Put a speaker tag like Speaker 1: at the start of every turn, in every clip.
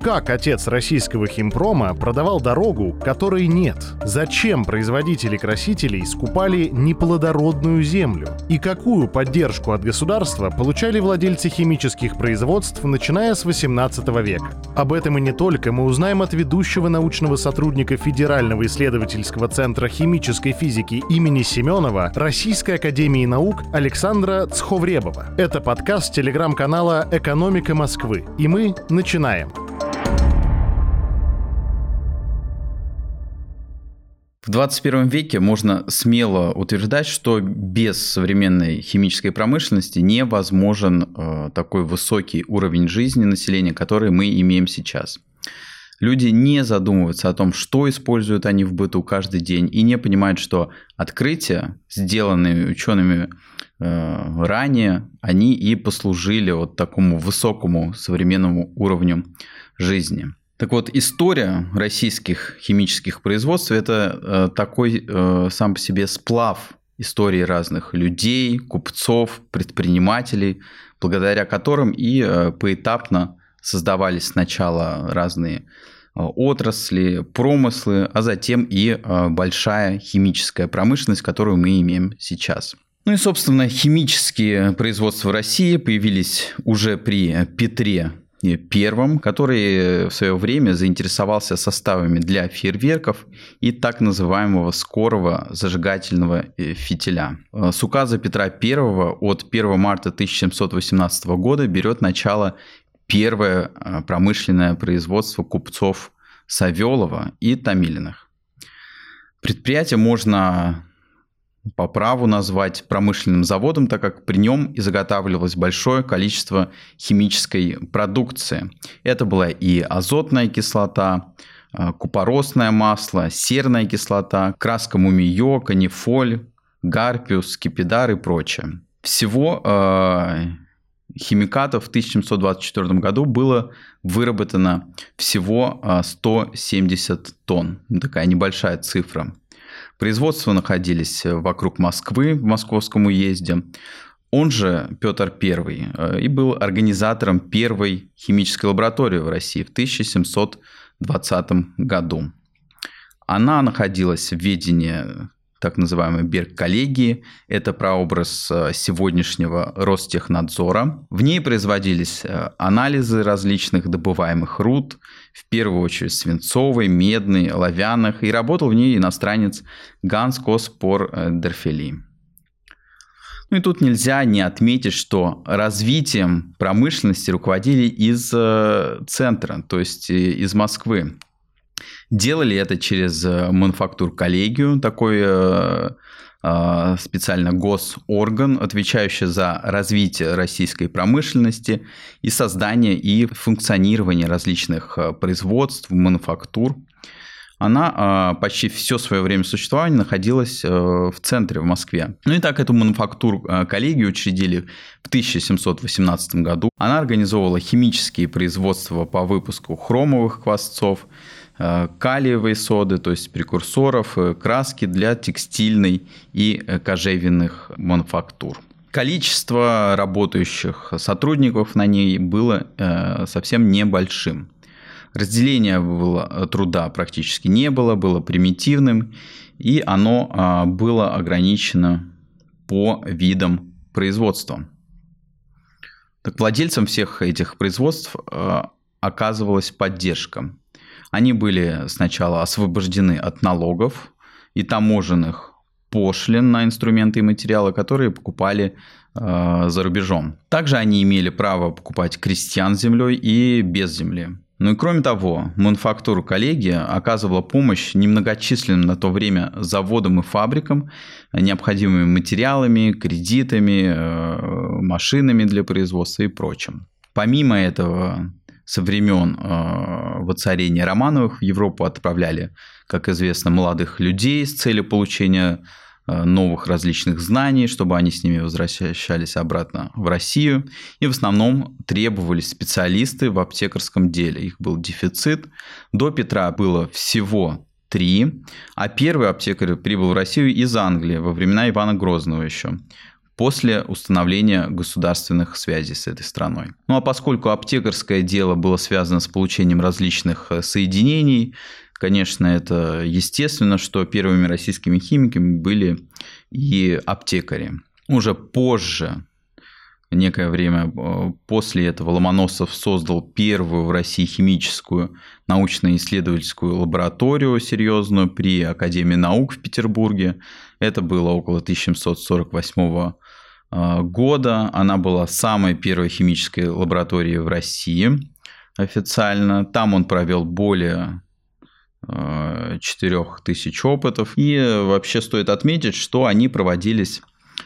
Speaker 1: Как отец российского химпрома продавал дорогу, которой нет? Зачем производители красителей скупали неплодородную землю? И какую поддержку от государства получали владельцы химических производств, начиная с 18 века? Об этом и не только мы узнаем от ведущего научного сотрудника Федерального исследовательского центра химической физики имени Семенова Российской академии наук Александра Цховребова. Это подкаст телеграм-канала «Экономика Москвы». И мы начинаем.
Speaker 2: В 21 веке можно смело утверждать, что без современной химической промышленности невозможен такой высокий уровень жизни населения, который мы имеем сейчас. Люди не задумываются о том, что используют они в быту каждый день, и не понимают, что открытия, сделанные учеными ранее, они и послужили вот такому высокому современному уровню жизни. Так вот, история российских химических производств – это такой сам по себе сплав истории разных людей, купцов, предпринимателей, благодаря которым и поэтапно создавались сначала разные отрасли, промыслы, а затем и большая химическая промышленность, которую мы имеем сейчас. Ну и, собственно, химические производства в России появились уже при Петре Первом, который в свое время заинтересовался составами для фейерверков и так называемого скорого зажигательного фитиля. С указа Петра I от 1 марта 1718 года берет начало первое промышленное производство купцов Савелова и Томилиных. Предприятие можно по праву назвать промышленным заводом, так как при нем изготавливалось большое количество химической продукции. Это была и азотная кислота, купоросное масло, серная кислота, краска мумиё, канифоль, гарпиус, скипидар и прочее. Всего химикатов в 1724 году было выработано всего 170 тонн. Такая небольшая цифра. Производства находились вокруг Москвы, в Московском уезде. Он же Петр I и был организатором первой химической лаборатории в России в 1720 году. Она находилась в ведении так называемой Берг-коллегии. Это прообраз сегодняшнего Ростехнадзора. В ней производились анализы различных добываемых руд, в первую очередь свинцовой, медной, оловянных, и работал в ней иностранец Ганс Коспор Дерфели. Ну и тут нельзя не отметить, что развитием промышленности руководили из центра, то есть из Москвы. Делали это через мануфактур-коллегию, такой специально госорган, отвечающий за развитие российской промышленности и создание и функционирование различных производств, мануфактур. Она почти все свое время существования находилась в центре, в Москве. Ну и так эту мануфактур-коллегию учредили в 1718 году. Она организовывала химические производства по выпуску хромовых квасцов, калиевой соды, то есть прекурсоров, краски для текстильной и кожевенных мануфактур. Количество работающих сотрудников на ней было совсем небольшим. Разделения труда практически не было, было примитивным, и оно было ограничено по видам производства. Так, владельцам всех этих производств оказывалась поддержка. Они были сначала освобождены от налогов и таможенных пошлин на инструменты и материалы, которые покупали за рубежом. Также они имели право покупать крестьян с землей и без земли. Ну и кроме того, мануфактура-коллегия оказывала помощь немногочисленным на то время заводам и фабрикам необходимыми материалами, кредитами, машинами для производства и прочим. Помимо этого, со времен воцарения Романовых в Европу отправляли, как известно, молодых людей с целью получения новых различных знаний, чтобы они с ними возвращались обратно в Россию. И в основном требовались специалисты в аптекарском деле. Их был дефицит. До Петра было всего 3, а первый аптекарь прибыл в Россию из Англии во времена Ивана Грозного еще. после установления государственных связей с этой страной. Ну а поскольку аптекарское дело было связано с получением различных соединений, конечно, это естественно, что первыми российскими химиками были и аптекари. Уже позже, некое время после этого, Ломоносов создал первую в России химическую научно-исследовательскую лабораторию серьезную при Академии наук в Петербурге. Это было около 1748 года. Она была самой первой химической лабораторией в России официально. Там он провел более 4000 опытов. И вообще стоит отметить, что они проводились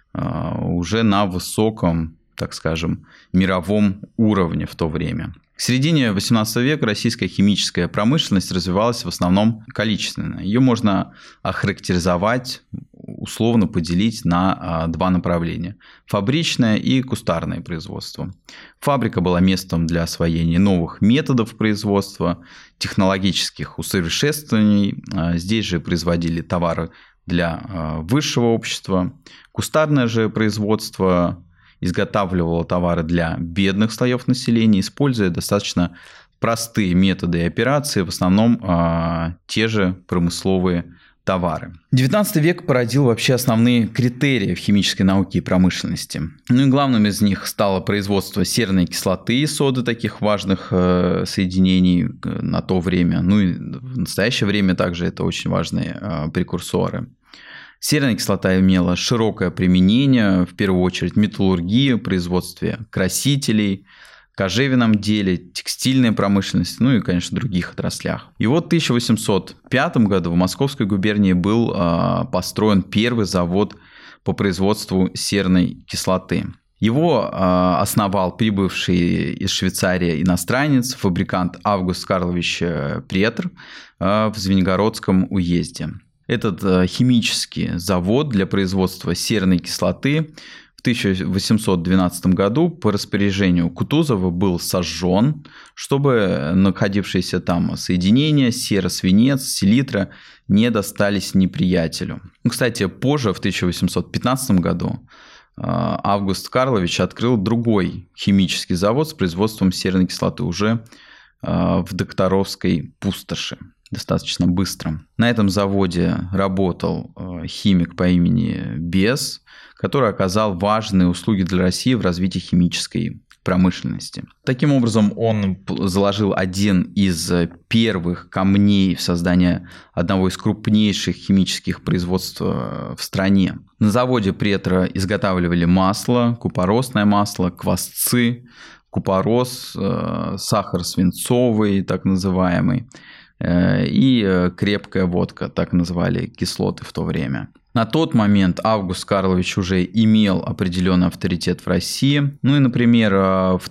Speaker 2: уже на высоком, так скажем, мировом уровне в то время. К середине XVIII века российская химическая промышленность развивалась в основном количественно. Ее можно охарактеризовать, условно поделить на два направления – фабричное и кустарное производство. Фабрика была местом для освоения новых методов производства, технологических усовершенствований. Здесь же производили товары для высшего общества. Кустарное же производство изготавливала товары для бедных слоев населения, используя достаточно простые методы и операции, в основном те же промысловые товары. XIX век породил вообще основные критерии в химической науке и промышленности. Ну и главным из них стало производство серной кислоты и соды, таких важных соединений на то время. Ну и в настоящее время также это очень важные прекурсоры. Серная кислота имела широкое применение, в первую очередь, в металлургии, производстве красителей, кожевенном деле, текстильной промышленности, ну и, конечно, других отраслях. И вот в 1805 году в Московской губернии был построен первый завод по производству серной кислоты. Его основал прибывший из Швейцарии иностранец, фабрикант Август Карлович Претр в Звенигородском уезде. Этот химический завод для производства серной кислоты в 1812 году по распоряжению Кутузова был сожжен, чтобы находившиеся там соединения сера-свинец, селитра не достались неприятелю. Кстати, позже, в 1815 году, Август Карлович открыл другой химический завод с производством серной кислоты уже в Докторовской пустоши. Достаточно быстро. На этом заводе работал химик по имени Бес, который оказал важные услуги для России в развитии химической промышленности. Таким образом, он заложил один из первых камней в создании одного из крупнейших химических производств в стране. На заводе Претра изготавливали масло, купоросное масло, квасцы, купорос, сахар свинцовый, так называемый, и крепкая водка, так называли кислоты в то время. На тот момент Август Карлович уже имел определенный авторитет в России. Ну и, например, в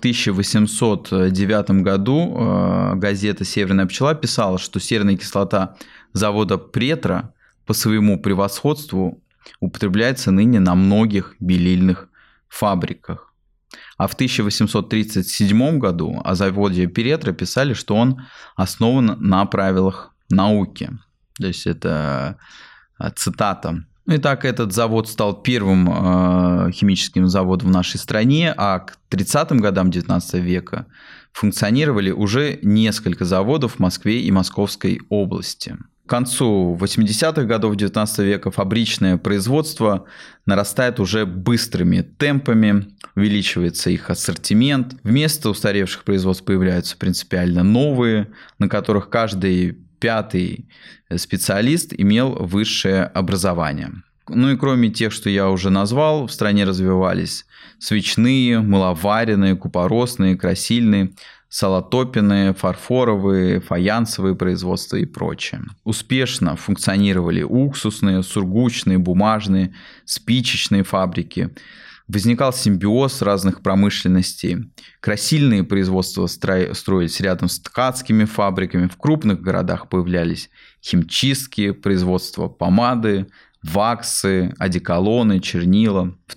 Speaker 2: 1809 году газета «Северная пчела» писала, что серная кислота завода Претра по своему превосходству употребляется ныне на многих белильных фабриках. А в 1837 году о заводе Претра писали, что он основан на правилах науки. То есть это цитата. Итак, этот завод стал первым химическим заводом в нашей стране, а к 30-м годам XIX века функционировали уже несколько заводов в Москве и Московской области. К концу 80-х годов XIX века фабричное производство нарастает уже быстрыми темпами, увеличивается их ассортимент. Вместо устаревших производств появляются принципиально новые, на которых каждый пятый специалист имел высшее образование. Ну и кроме тех, что я уже назвал, в стране развивались свечные, мыловаренные, купоросные, красильные, салатопенные, фарфоровые, фаянсовые производства и прочее. Успешно функционировали уксусные, сургучные, бумажные, спичечные фабрики. Возникал симбиоз разных промышленностей. Красильные производства строились рядом с ткацкими фабриками. В крупных городах появлялись химчистки, производство помады, ваксы, одеколоны, чернила. В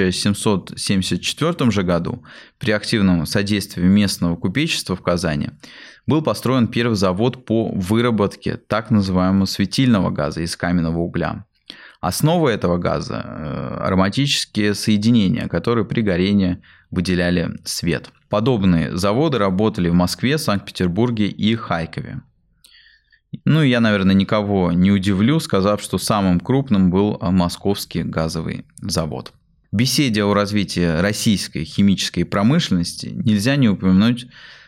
Speaker 2: 1774 же году при активном содействии местного купечества в Казани был построен первый завод по выработке так называемого светильного газа из каменного угля. Основа этого газа – ароматические соединения, которые при горении выделяли свет. Подобные заводы работали в Москве, Санкт-Петербурге и Харькове. Я, наверное, никого не удивлю, сказав, что самым крупным был Московский газовый завод. В беседе о развитии российской химической промышленности нельзя не упомянуть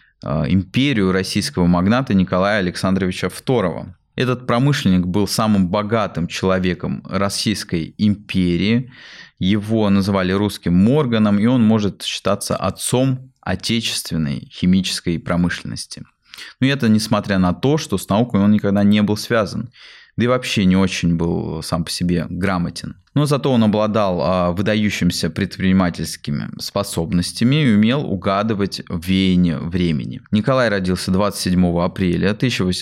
Speaker 2: империю российского магната Николая Александровича II. Этот промышленник был самым богатым человеком Российской империи. Его называли русским Морганом, и он может считаться отцом отечественной химической промышленности. Но это несмотря на то, что с наукой он никогда не был связан. Да и вообще не очень был сам по себе грамотен. Но зато он обладал выдающимися предпринимательскими способностями и умел угадывать веяния времени. Николай родился 27 апреля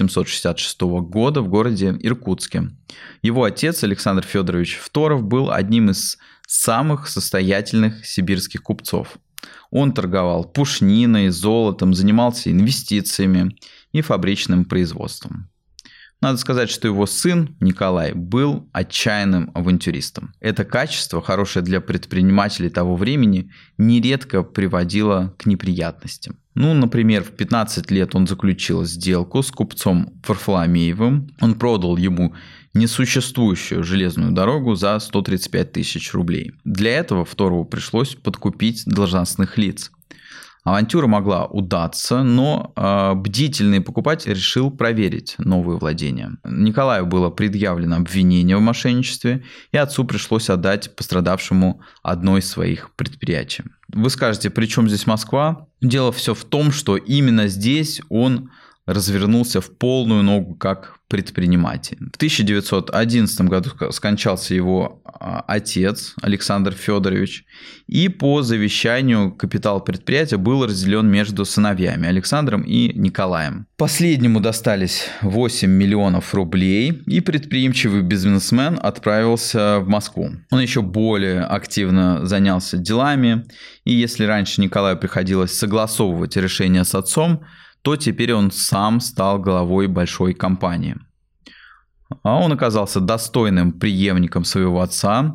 Speaker 2: 1866 года в городе Иркутске. Его отец Александр Федорович Фторов был одним из самых состоятельных сибирских купцов. Он торговал пушниной, золотом, занимался инвестициями и фабричным производством. Надо сказать, что его сын Николай был отчаянным авантюристом. Это качество, хорошее для предпринимателей того времени, нередко приводило к неприятностям. Например, в 15 лет он заключил сделку с купцом Варфоломеевым. Он продал ему несуществующую железную дорогу за 135 тысяч рублей. Для этого Фторову пришлось подкупить должностных лиц. Авантюра могла удаться, но бдительный покупатель решил проверить новые владения. Николаю было предъявлено обвинение в мошенничестве, и отцу пришлось отдать пострадавшему одно из своих предприятий. Вы скажете, при чем здесь Москва? Дело все в том, что именно здесь он развернулся в полную ногу как предприниматель. В 1911 году скончался его отец Александр Федорович, и по завещанию капитал предприятия был разделен между сыновьями Александром и Николаем. Последнему достались 8 миллионов рублей, и предприимчивый бизнесмен отправился в Москву. Он еще более активно занялся делами, и если раньше Николаю приходилось согласовывать решения с отцом, то теперь он сам стал главой большой компании. Он оказался достойным преемником своего отца.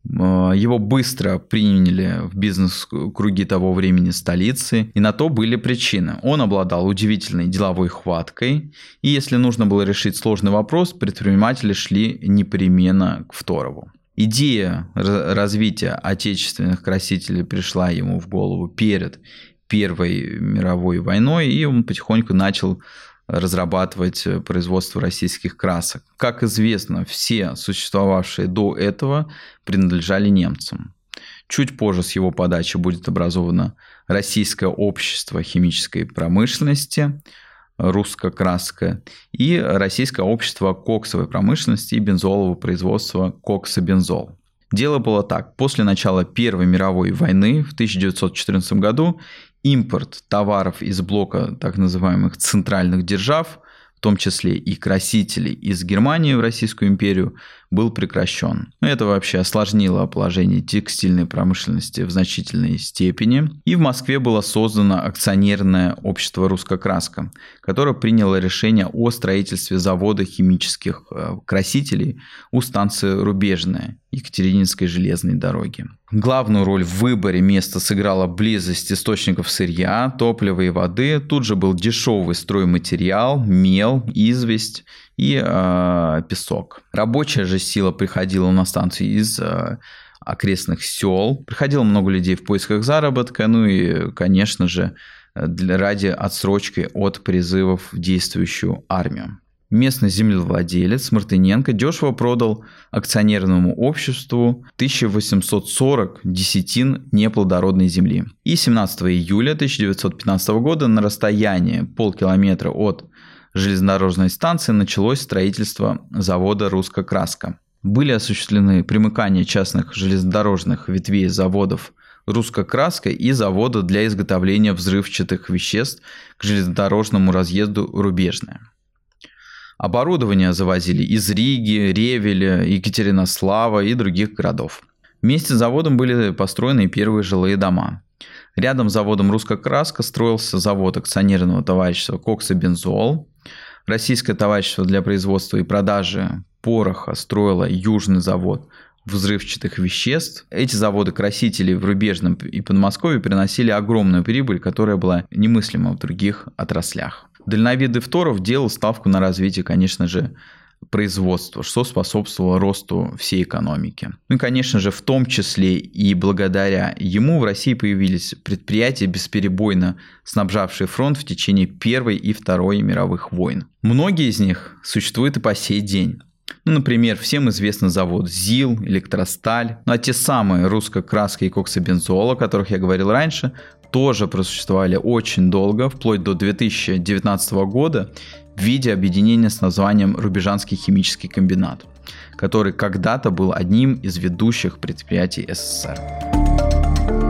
Speaker 2: Его быстро приняли в бизнес-круги того времени столицы, и на то были причины. Он обладал удивительной деловой хваткой, и если нужно было решить сложный вопрос, предприниматели шли непременно к Фторову. Идея развития отечественных красителей пришла ему в голову перед Первой мировой войной, и он потихоньку начал разрабатывать производство российских красок. Как известно, все существовавшие до этого принадлежали немцам. Чуть позже с его подачи будет образовано Российское общество химической промышленности, русская краска, и Российское общество коксовой промышленности и бензолового производства «Коксобензол». Дело было так. После начала Первой мировой войны в 1914 году импорт товаров из блока так называемых центральных держав, в том числе и красителей из Германии в Российскую империю, был прекращен. Это вообще осложнило положение текстильной промышленности в значительной степени. И в Москве было создано акционерное общество «Русская краска», которое приняло решение о строительстве завода химических красителей у станции Рубежная Екатерининской железной дороги. Главную роль в выборе места сыграла близость источников сырья, топлива и воды. Тут же был дешевый стройматериал, мел, известь и песок. Рабочая же сила приходила на станцию из окрестных сел. Приходило много людей в поисках заработка, и, конечно же, ради отсрочки от призывов в действующую армию. Местный землевладелец Мартыненко дешево продал акционерному обществу 1840 десятин неплодородной земли. И 17 июля 1915 года на расстоянии полкилометра от железнодорожной станции началось строительство завода «Русская краска». Были осуществлены примыкания частных железнодорожных ветвей заводов «Русская краска» и завода для изготовления взрывчатых веществ к железнодорожному разъезду «Рубежная». Оборудование завозили из Риги, Ревеля, Екатеринослава и других городов. Вместе с заводом были построены первые жилые дома. Рядом с заводом «Русская краска» строился завод акционерного товарищества «Коксобензол». Российское товарищество для производства и продажи пороха строило Южный завод взрывчатых веществ. Эти заводы-красители в Рубежном и Подмосковье приносили огромную прибыль, которая была немыслима в других отраслях. Дальновидный Второв делал ставку на развитие, конечно же, производства, что способствовало росту всей экономики. Ну и, конечно же, в том числе и благодаря ему в России появились предприятия, бесперебойно снабжавшие фронт в течение Первой и Второй мировых войн. Многие из них существуют и по сей день. Ну, например, всем известный завод ЗИЛ, Электросталь, ну а те самые русская краска и коксобензол, о которых я говорил раньше, тоже просуществовали очень долго, вплоть до 2019 года, в виде объединения с названием Рубежанский химический комбинат, который когда-то был одним из ведущих предприятий СССР.